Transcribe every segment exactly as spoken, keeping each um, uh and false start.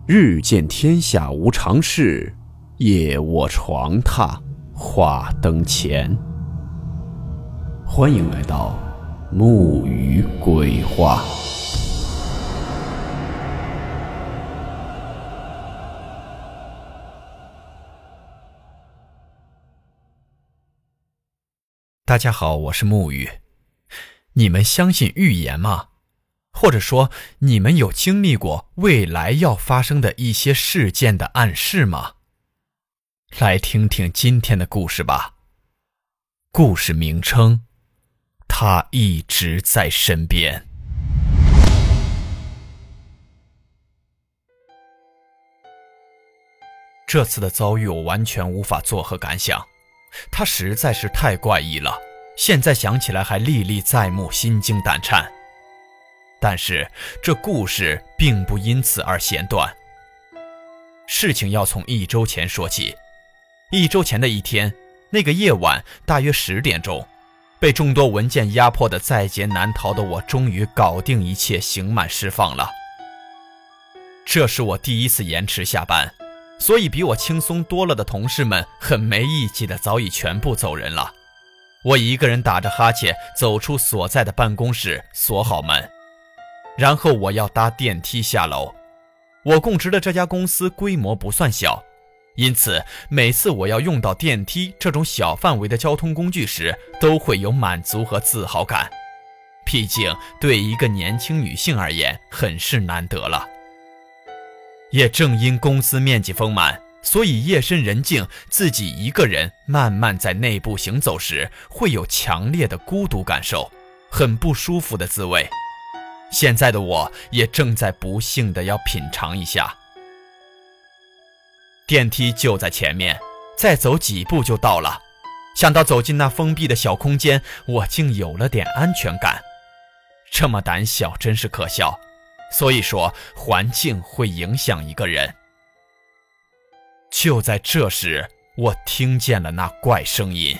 日见天下无常事，夜卧床榻话灯前。欢迎来到木鱼鬼话。 大家好，我是木鱼。你们相信预言吗？或者说，你们有经历过未来要发生的一些事件的暗示吗？来听听今天的故事吧。故事名称：他一直在身边。这次的遭遇我完全无法作何感想，它实在是太怪异了，现在想起来还历历在目，心惊胆颤。但是这故事并不因此而弦断。事情要从一周前说起。一周前的一天，那个夜晚大约十点钟，被众多文件压迫的在劫难逃的我终于搞定一切，刑满释放了。这是我第一次延迟下班，所以比我轻松多了的同事们很没义气的早已全部走人了。我一个人打着哈欠走出所在的办公室，锁好门，然后我要搭电梯下楼。我供职的这家公司规模不算小，因此每次我要用到电梯这种小范围的交通工具时，都会有满足和自豪感。毕竟对一个年轻女性而言，很是难得了。也正因公司面积丰满，所以夜深人静，自己一个人慢慢在内部行走时，会有强烈的孤独感受，很不舒服的滋味。现在的我也正在不幸的要品尝一下。电梯就在前面，再走几步就到了。想到走进那封闭的小空间，我竟有了点安全感。这么胆小真是可笑。所以说，环境会影响一个人。就在这时，我听见了那怪声音。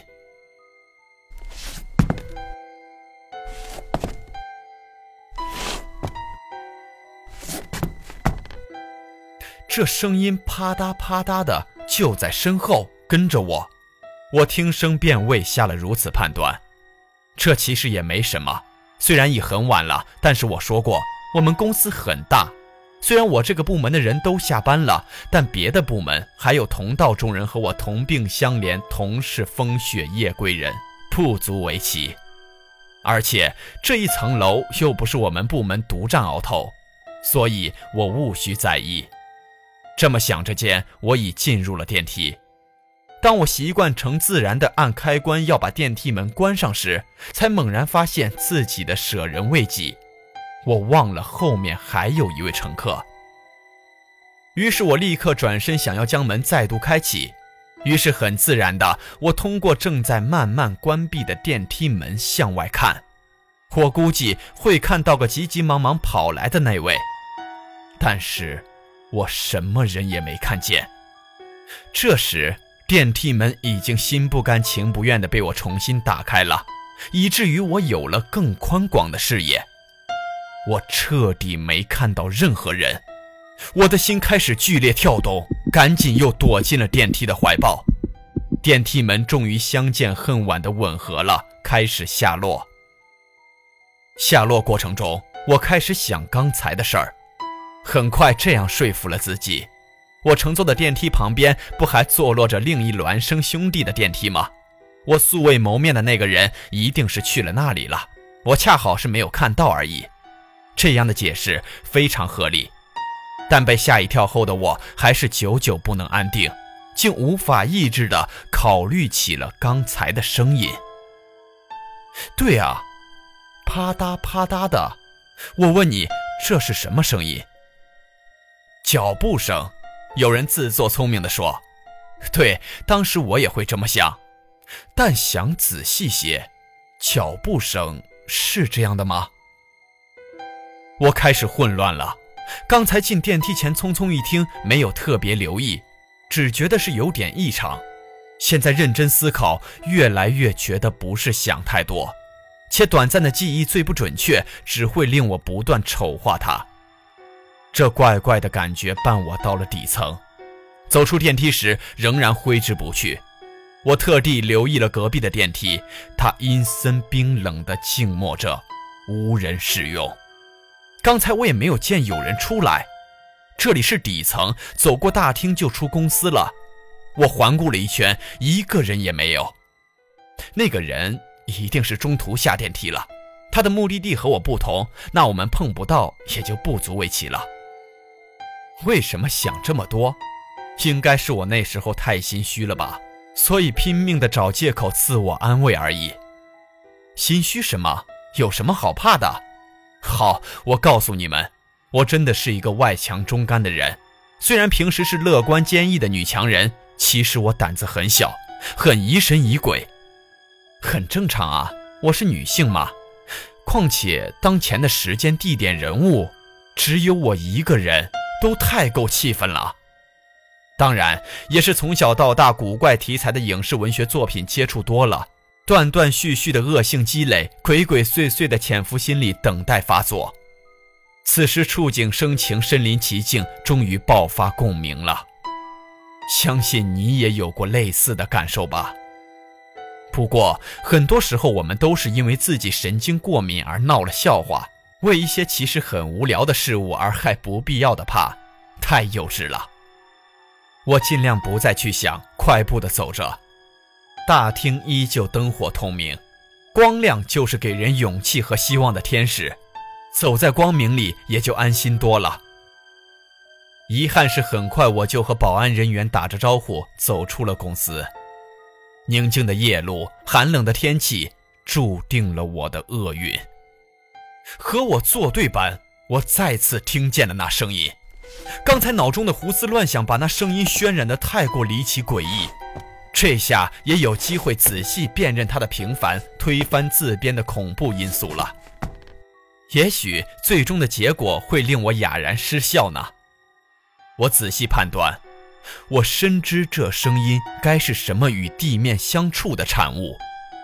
这声音啪嗒啪嗒的就在身后跟着我，我听声辨位下了如此判断。这其实也没什么，虽然已很晚了，但是我说过，我们公司很大，虽然我这个部门的人都下班了，但别的部门还有同道中人和我同病相怜，同是风雪夜归人，不足为奇。而且这一层楼又不是我们部门独占鳌头，所以我无需在意。这么想着间，我已进入了电梯。当我习惯成自然地按开关要把电梯门关上时，才猛然发现自己的舍人未己，我忘了后面还有一位乘客。于是我立刻转身想要将门再度开启，于是很自然的，我通过正在慢慢关闭的电梯门向外看，我估计会看到个急急忙忙跑来的那位，但是我什么人也没看见。这时电梯门已经心不甘情不愿地被我重新打开了，以至于我有了更宽广的视野。我彻底没看到任何人，我的心开始剧烈跳动，赶紧又躲进了电梯的怀抱。电梯门终于相见恨晚地吻合了，开始下落。下落过程中，我开始想刚才的事儿，很快这样说服了自己。我乘坐的电梯旁边不还坐落着另一孪生兄弟的电梯吗？我素未谋面的那个人一定是去了那里了，我恰好是没有看到而已。这样的解释非常合理，但被吓一跳后的我还是久久不能安定，竟无法抑制地考虑起了刚才的声音。对啊，啪嗒啪嗒的，我问你，这是什么声音？脚步声，有人自作聪明地说。对，当时我也会这么想，但想仔细些，脚步声是这样的吗？我开始混乱了，刚才进电梯前匆匆一听，没有特别留意，只觉得是有点异常。现在认真思考，越来越觉得不是想太多，且短暂的记忆最不准确，只会令我不断丑化它。 这怪怪的感觉伴我到了底层，走出电梯时仍然挥之不去。我特地留意了隔壁的电梯，它阴森冰冷地静默着，无人使用。刚才我也没有见有人出来，这里是底层，走过大厅就出公司了。我环顾了一圈，一个人也没有。那个人一定是中途下电梯了，他的目的地和我不同，那我们碰不到也就不足为奇了。为什么想这么多？应该是我那时候太心虚了吧，所以拼命地找借口自我安慰而已。心虚什么？有什么好怕的？好，我告诉你们，我真的是一个外强中干的人。虽然平时是乐观坚毅的女强人，其实我胆子很小，很疑神疑鬼。很正常啊，我是女性嘛。况且当前的时间地点人物只有我一个人，都太够气愤了。当然也是从小到大古怪题材的影视文学作品接触多了，断断续续的恶性积累，鬼鬼祟祟的潜伏心理等待发作。此时触景生情，身临其境，终于爆发共鸣了。相信你也有过类似的感受吧。不过很多时候我们都是因为自己神经过敏而闹了笑话，为一些其实很无聊的事物而害不必要的怕，太幼稚了。我尽量不再去想，快步地走着。大厅依旧灯火通明，光亮就是给人勇气和希望的天使，走在光明里也就安心多了。遗憾是很快我就和保安人员打着招呼走出了公司。宁静的夜路，寒冷的天气，注定了我的厄运。和我作对般，我再次听见了那声音。刚才脑中的胡思乱想把那声音渲染得太过离奇诡异，这下也有机会仔细辨认它的平凡，推翻自编的恐怖因素了。也许最终的结果会令我哑然失笑呢。我仔细判断，我深知这声音该是什么与地面相触的产物。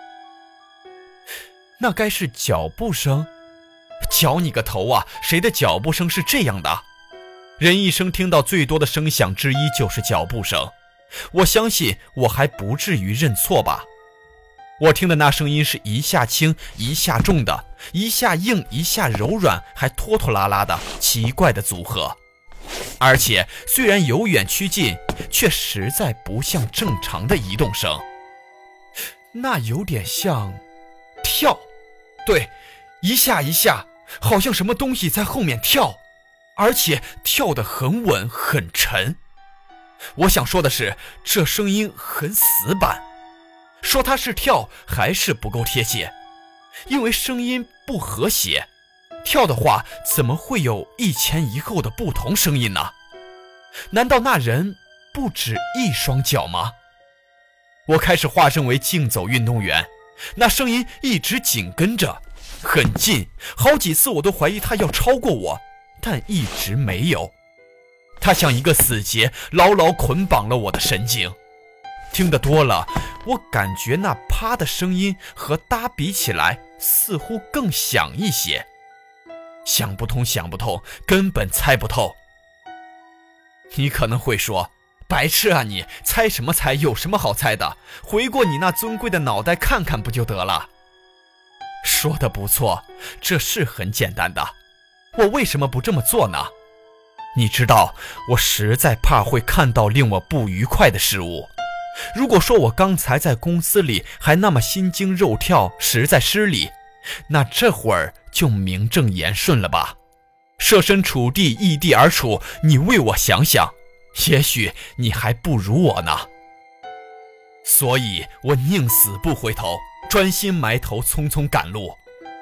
那该是脚步声？脚你个头啊，谁的脚步声是这样的？人一生听到最多的声响之一就是脚步声，我相信我还不至于认错吧。我听的那声音是一下轻一下重的，一下硬一下柔软，还拖拖拉拉的奇怪的组合。而且虽然由远趋近，却实在不像正常的移动声。那有点像跳，对，一下一下，好像什么东西在后面跳，而且跳得很稳很沉。我想说的是，这声音很死板，说它是跳还是不够贴切，因为声音不和谐。跳的话怎么会有一前一后的不同声音呢？难道那人不止一双脚吗？我开始化身为竞走运动员，那声音一直紧跟着，很近，好几次我都怀疑他要超过我，但一直没有。他像一个死结，牢牢捆绑了我的神经。听得多了，我感觉那啪的声音和哒比起来似乎更响一些。想不通想不通，根本猜不透。你可能会说，白痴啊你，猜什么猜，有什么好猜的，回过你那尊贵的脑袋看看不就得了。说得不错，这是很简单的，我为什么不这么做呢？你知道，我实在怕会看到令我不愉快的事物。如果说我刚才在公司里还那么心惊肉跳，实在失礼，那这会儿就名正言顺了吧。设身处地，异地而处，你为我想想，也许你还不如我呢。所以我宁死不回头，专心埋头匆匆赶路。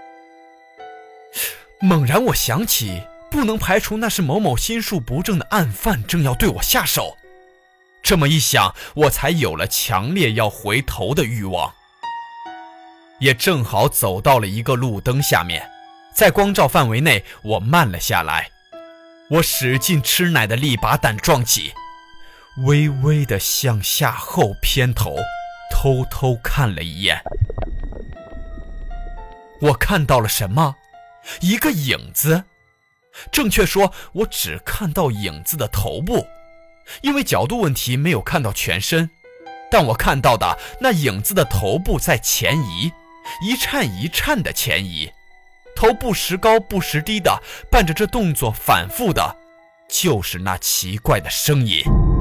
猛然我想起，不能排除那是某某心术不正的案犯正要对我下手。这么一想，我才有了强烈要回头的欲望。也正好走到了一个路灯下面，在光照范围内，我慢了下来。我使劲吃奶的力把胆壮起，微微地向下后偏头，偷偷看了一眼。我看到了什么？一个影子。 正确说，我只看到影子的头部，因为角度问题没有看到全身。但我看到的那影子的头部在前移，一颤一颤的前移，头不时高不时低的，伴着这动作反复的，就是那奇怪的声音。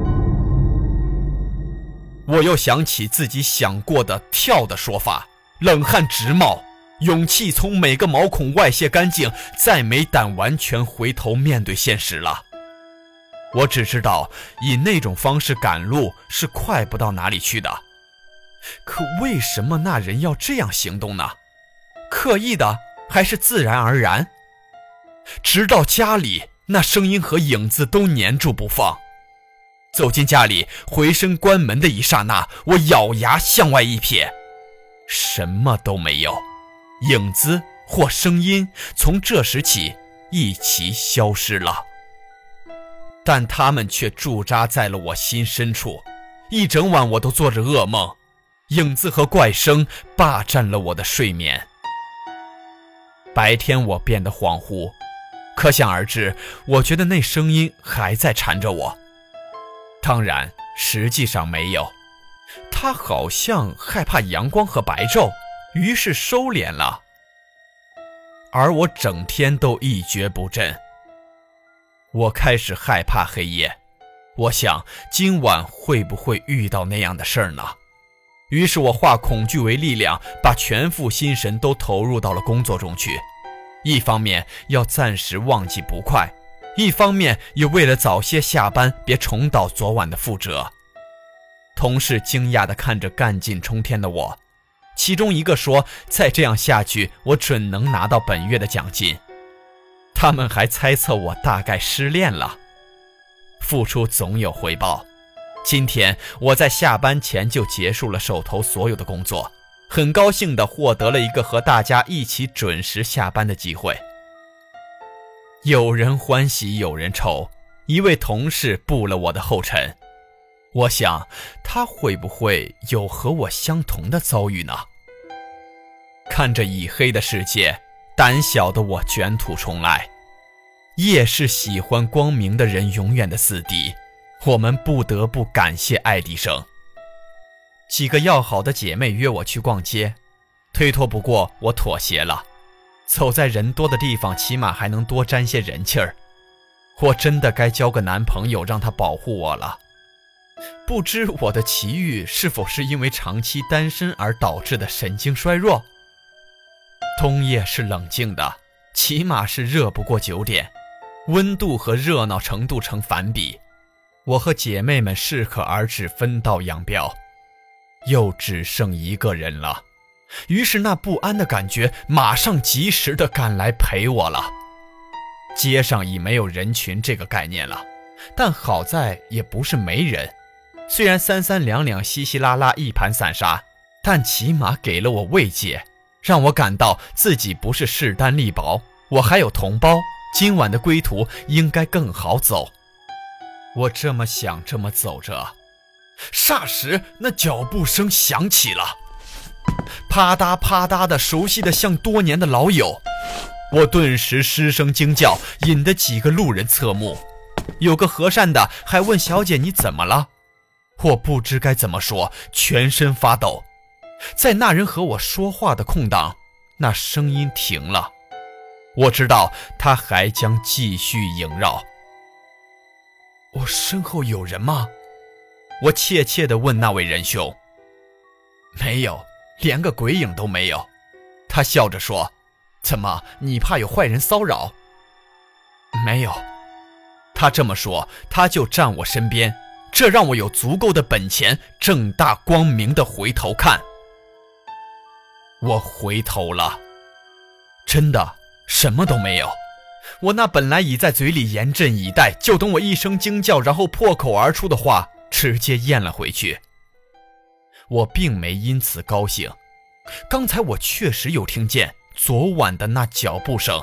我又想起自己想过的跳的说法，冷汗直冒，勇气从每个毛孔外泄干净，再没胆完全回头面对现实了。我只知道以那种方式赶路是快不到哪里去的，可为什么那人要这样行动呢？刻意的还是自然而然？直到家里，那声音和影子都黏住不放。走进家里，回身关门的一刹那，我咬牙向外一瞥，什么都没有，影子或声音从这时起一齐消失了。但他们却驻扎在了我心深处，一整晚我都做着噩梦，影子和怪声霸占了我的睡眠。白天我变得恍惚，可想而知，我觉得那声音还在缠着我。当然，实际上没有，他好像害怕阳光和白昼，于是收敛了。而我整天都一蹶不振。我开始害怕黑夜，我想今晚会不会遇到那样的事儿呢？于是我化恐惧为力量，把全副心神都投入到了工作中去。一方面要暂时忘记不快，一方面也为了早些下班，别重蹈昨晚的覆辙。同事惊讶地看着干劲冲天的我，其中一个说，再这样下去，我准能拿到本月的奖金。他们还猜测我大概失恋了。付出总有回报，今天我在下班前就结束了手头所有的工作，很高兴地获得了一个和大家一起准时下班的机会。有人欢喜有人愁，一位同事步了我的后尘。我想他会不会有和我相同的遭遇呢？看着已黑的世界，胆小的我卷土重来。夜是喜欢光明的人永远的死敌，我们不得不感谢爱迪生。几个要好的姐妹约我去逛街，推脱不过，我妥协了。走在人多的地方，起码还能多沾些人气儿。我真的该交个男朋友，让他保护我了。不知我的奇遇是否是因为长期单身而导致的神经衰弱？冬夜是冷静的，起码是热不过九点，温度和热闹程度成反比。我和姐妹们适可而止，分道扬镳，又只剩一个人了。于是那不安的感觉马上及时地赶来陪我了。街上已没有人群这个概念了，但好在也不是没人。虽然三三两两稀稀拉拉一盘散沙，但起码给了我慰藉，让我感到自己不是势单力薄，我还有同胞，今晚的归途应该更好走。我这么想，这么走着，霎时那脚步声响起了，啪嗒啪嗒的，熟悉的像多年的老友。我顿时失声惊叫，引得几个路人侧目。有个和善的还问小姐你怎么了？我不知该怎么说，全身发抖。在那人和我说话的空档，那声音停了。我知道他还将继续萦绕。我身后有人吗？我怯怯地问那位仁兄。没有，连个鬼影都没有。他笑着说，怎么，你怕有坏人骚扰？没有。他这么说，他就站我身边，这让我有足够的本钱正大光明地回头看。我回头了，真的什么都没有。我那本来已在嘴里严阵以待，就等我一声惊叫然后破口而出的话直接咽了回去。我并没因此高兴，刚才我确实有听见昨晚的那脚步声。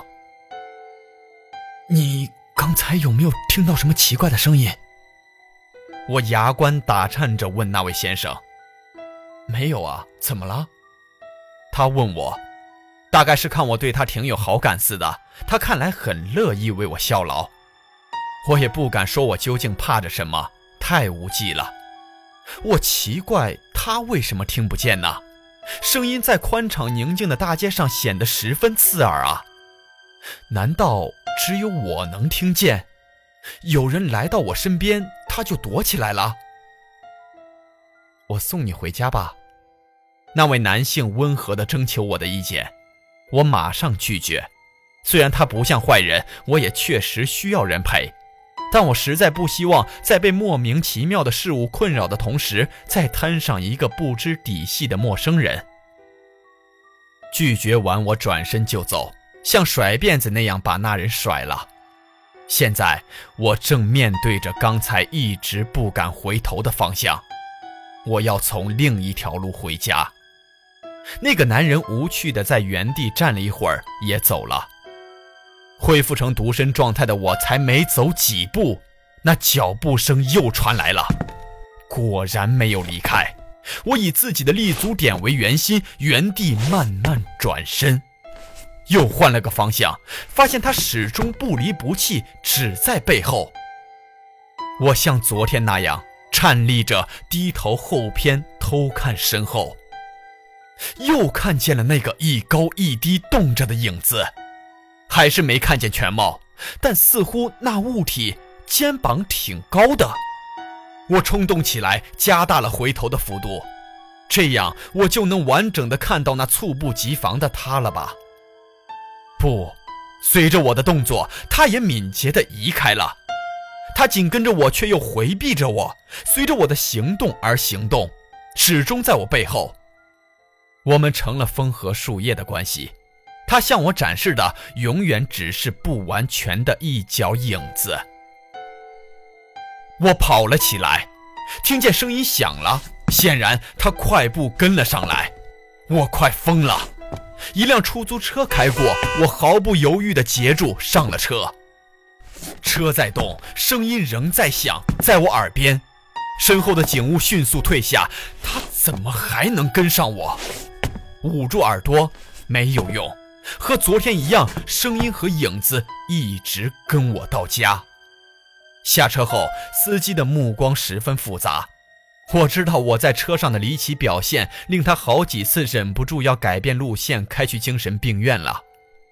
你刚才有没有听到什么奇怪的声音？我牙关打颤着问那位先生。没有啊，怎么了？他问我。 大概是看我对他挺有好感似的，他看来很乐意为我效劳。我也不敢说我究竟怕着什么，太无忌了。我奇怪他为什么听不见呢？声音在宽敞宁静的大街上显得十分刺耳啊！难道只有我能听见？有人来到我身边，他就躲起来了。我送你回家吧。那位男性温和地征求我的意见，我马上拒绝。虽然他不像坏人，我也确实需要人陪，但我实在不希望在被莫名其妙的事物困扰的同时，再摊上一个不知底细的陌生人。拒绝完，我转身就走，像甩辫子那样把那人甩了。现在我正面对着刚才一直不敢回头的方向，我要从另一条路回家。那个男人无趣地在原地站了一会儿，也走了。恢复成独身状态的我才没走几步，那脚步声又传来了，果然没有离开。我以自己的立足点为圆心，原地慢慢转身，又换了个方向，发现他始终不离不弃，只在背后。我像昨天那样颤栗着低头后偏偷看身后，又看见了那个一高一低动着的影子，还是没看见全貌，但似乎那物体肩膀挺高的。我冲动起来，加大了回头的幅度，这样我就能完整地看到那猝不及防的他了吧？不，随着我的动作，他也敏捷地移开了。他紧跟着我，却又回避着我，随着我的行动而行动，始终在我背后。我们成了风和树叶的关系，他向我展示的永远只是不完全的一角影子。我跑了起来，听见声音响了，显然他快步跟了上来。我快疯了，一辆出租车开过，我毫不犹豫地截住上了车。车在动，声音仍在响，在我耳边。身后的警务迅速退下，他怎么还能跟上我？捂住耳朵没有用，和昨天一样，声音和影子一直跟我到家。下车后，司机的目光十分复杂，我知道我在车上的离奇表现令他好几次忍不住要改变路线，开去精神病院了。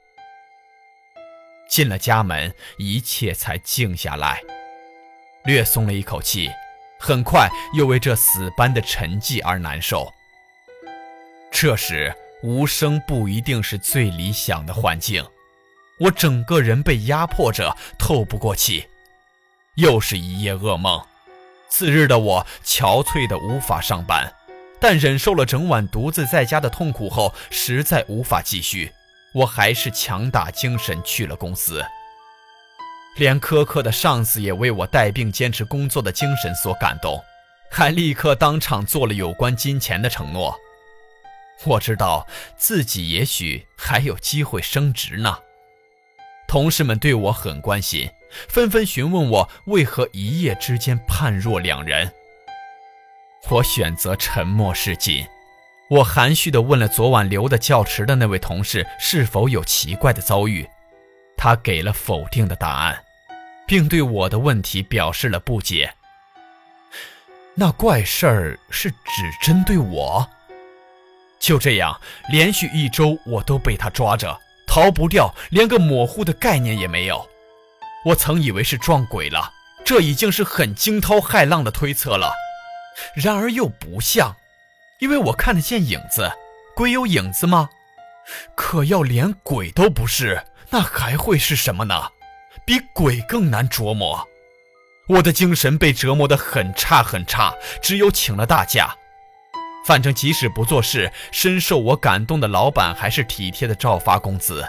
进了家门，一切才静下来，略松了一口气，很快又为这死般的沉寂而难受。这时无声不一定是最理想的环境，我整个人被压迫着，透不过气。又是一夜噩梦，次日的我憔悴得无法上班，但忍受了整晚独自在家的痛苦后，实在无法继续，我还是强打精神去了公司。连苛刻的上司也为我带病坚持工作的精神所感动，还立刻当场做了有关金钱的承诺。我知道自己也许还有机会升职呢。同事们对我很关心，纷纷询问我为何一夜之间判若两人。我选择沉默是金。我含蓄地问了昨晚留得较迟的那位同事是否有奇怪的遭遇，他给了否定的答案，并对我的问题表示了不解。那怪事儿是只针对我？就这样，连续一周我都被他抓着，逃不掉，连个模糊的概念也没有。我曾以为是撞鬼了，这已经是很惊涛骇浪的推测了。然而又不像，因为我看得见影子。鬼有影子吗？可要连鬼都不是，那还会是什么呢？比鬼更难琢磨。我的精神被折磨得很差很差，只有请了大假。反正即使不做事，深受我感动的老板还是体贴的照发工资。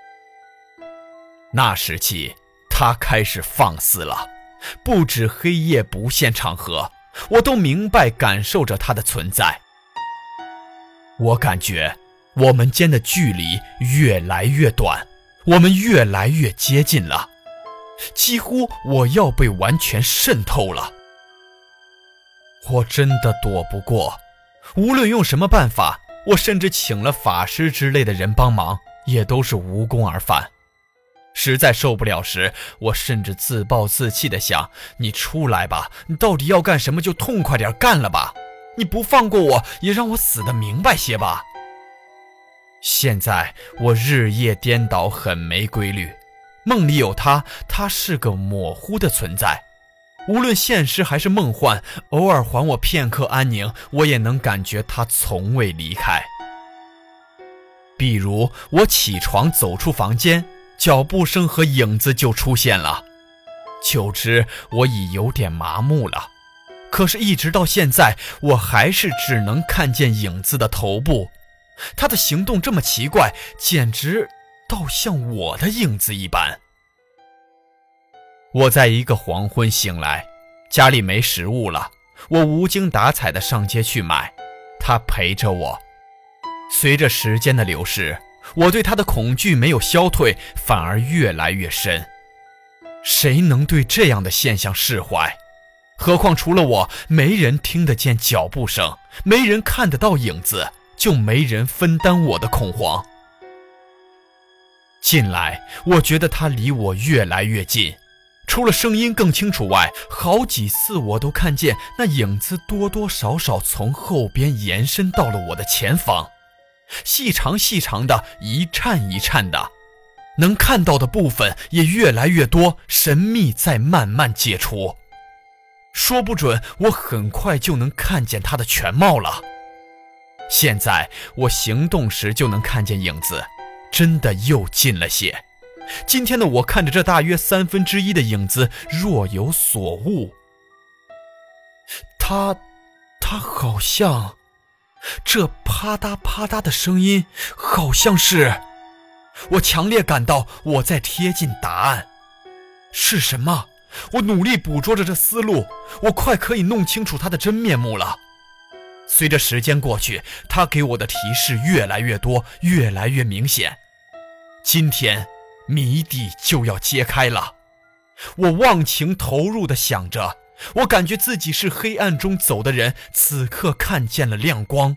那时起，他开始放肆了，不止黑夜不限场合，我都明白感受着他的存在。我感觉我们间的距离越来越短，我们越来越接近了，几乎我要被完全渗透了。我真的躲不过，无论用什么办法， 我甚至请了法师之类的人帮忙，也都是无功而返。实在受不了时，我甚至自暴自弃地想，你出来吧，你到底要干什么就痛快点干了吧，你不放过我也让我死得明白些吧。现在我日夜颠倒，很没规律，梦里有他，他是个模糊的存在，无论现实还是梦幻，偶尔还我片刻安宁，我也能感觉他从未离开。比如我起床走出房间，脚步声和影子就出现了，久之我已有点麻木了，可是一直到现在，我还是只能看见影子的头部，他的行动这么奇怪，简直倒像我的影子一般。我在一个黄昏醒来，家里没食物了，我无精打采地上街去买，他陪着我。随着时间的流逝，我对他的恐惧没有消退，反而越来越深。谁能对这样的现象释怀？何况除了我，没人听得见脚步声，没人看得到影子，就没人分担我的恐慌。近来我觉得他离我越来越近，除了声音更清楚外，好几次我都看见那影子多多少少从后边延伸到了我的前方，细长细长的，一颤一颤的，能看到的部分也越来越多，神秘在慢慢解除。说不准我很快就能看见它的全貌了。现在我行动时就能看见影子，真的又近了些。今天的我看着这大约三分之一的影子，若有所悟。它，它好像，这啪嗒啪嗒的声音，好像是……我强烈感到我在贴近答案。是什么？我努力捕捉着这思路，我快可以弄清楚它的真面目了。随着时间过去，它给我的提示越来越多，越来越明显。今天谜底就要揭开了。我忘情投入地想着，我感觉自己是黑暗中走的人，此刻看见了亮光。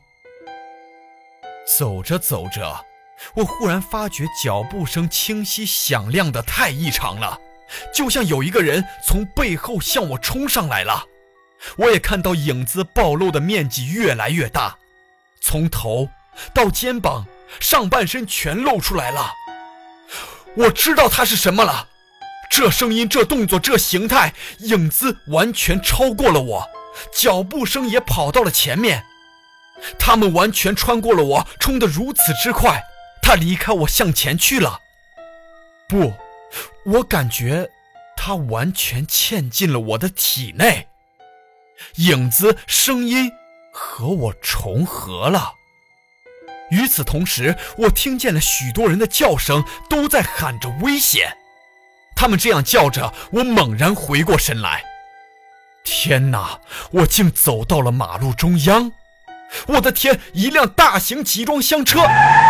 走着走着，我忽然发觉脚步声清晰响亮的太异常了，就像有一个人从背后向我冲上来了。我也看到影子暴露的面积越来越大，从头到肩膀，上半身全露出来了。我知道它是什么了，这声音，这动作，这形态，影子完全超过了我，脚步声也跑到了前面，他们完全穿过了我，冲得如此之快，他离开我向前去了。不，我感觉他完全嵌进了我的体内，影子、声音和我重合了。与此同时，我听见了许多人的叫声，都在喊着危险。他们这样叫着，我猛然回过神来。天哪，我竟走到了马路中央！我的天，一辆大型集装箱车！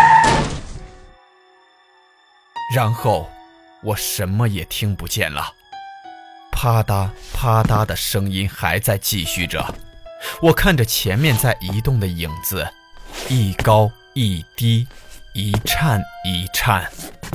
然后我什么也听不见了，啪嗒啪嗒的声音还在继续着。我看着前面在移动的影子，一高一低，一颤一颤。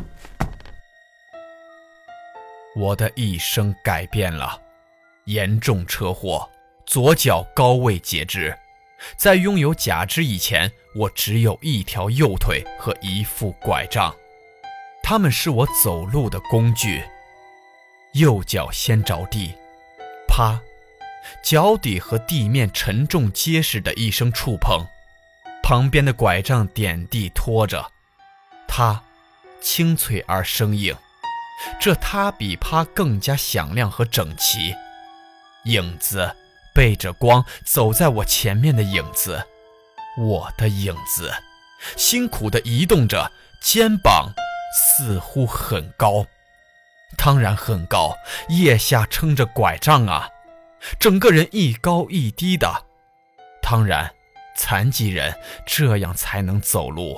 我的一生改变了，严重车祸，左脚高位截肢。在拥有假肢以前，我只有一条右腿和一副拐杖，它们是我走路的工具。右脚先着地，啪，脚底和地面沉重结实的一声触碰，旁边的拐杖点地拖着，它清脆而生硬，这它比啪更加响亮和整齐。影子背着光走在我前面的影子，我的影子辛苦地移动着，肩膀似乎很高，当然很高，腋下撑着拐杖啊，整个人一高一低的，当然残疾人这样才能走路。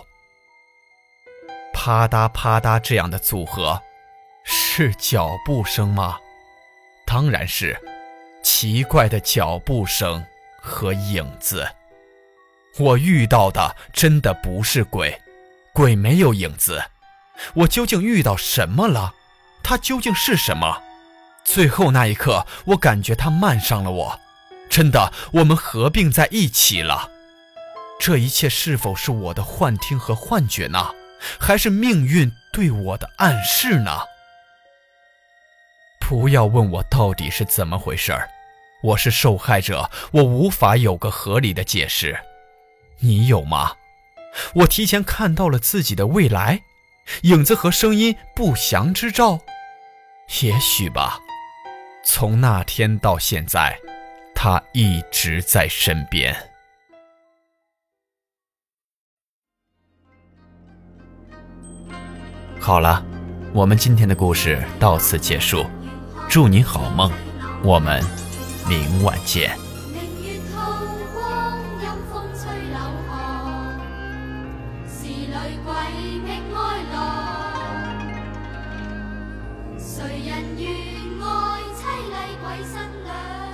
啪嗒啪嗒这样的组合，是脚步声吗？当然是，奇怪的脚步声和影子。 我遇到的真的不是鬼，鬼没有影子。我究竟遇到什么了？它究竟是什么？最后那一刻，我感觉它漫上了我。真的，我们合并在一起了。这一切是否是我的幻听和幻觉呢？还是命运对我的暗示呢？不要问我到底是怎么回事儿，我是受害者，我无法有个合理的解释。你有吗？我提前看到了自己的未来，影子和声音不祥之兆？也许吧。从那天到现在，他一直在身边。好了，我们今天的故事到此结束，祝你好梦，我们明晚见。 谁人愿爱凄厉鬼新娘？